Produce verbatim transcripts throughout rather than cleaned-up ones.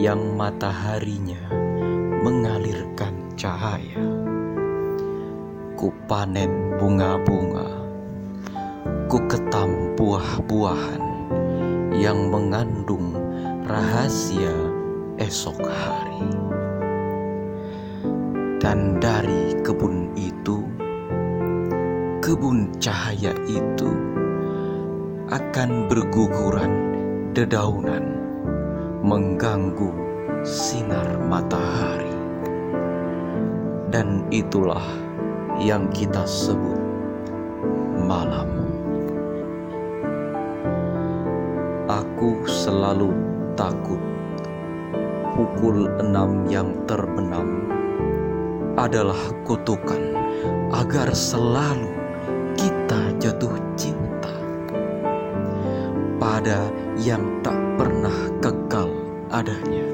yang mataharinya mengalirkan cahaya. Ku panen bunga-bunga, ku ketam buah-buahan yang mengandung rahasia esok hari. Dan dari kebun itu, kebun cahaya itu akan berguguran dedaunan, mengganggu sinar matahari. Dan itulah yang kita sebut malam. Aku selalu takut pukul enam yang terbenam adalah kutukan agar selalu kita jatuh cinta pada yang tak pernah kekal adanya.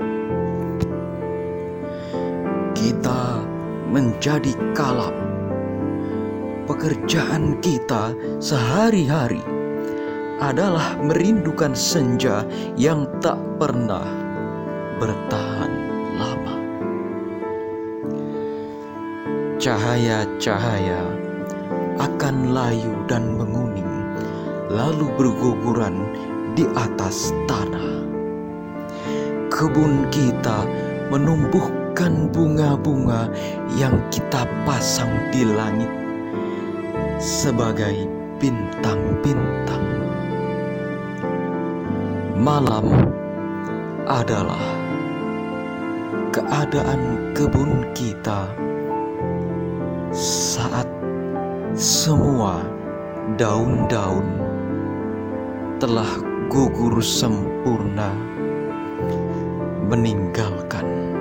Kita menjadi kalap. Pekerjaan kita sehari-hari adalah merindukan senja yang tak pernah bertahan lama. Cahaya-cahaya akan layu dan menguning, lalu berguguran di atas tanah. Kebun kita menumbuhkan bunga-bunga yang kita pasang di langit sebagai bintang-bintang. Malam adalah keadaan kebun kita saat semua daun-daun telah gugur sempurna, meninggalkan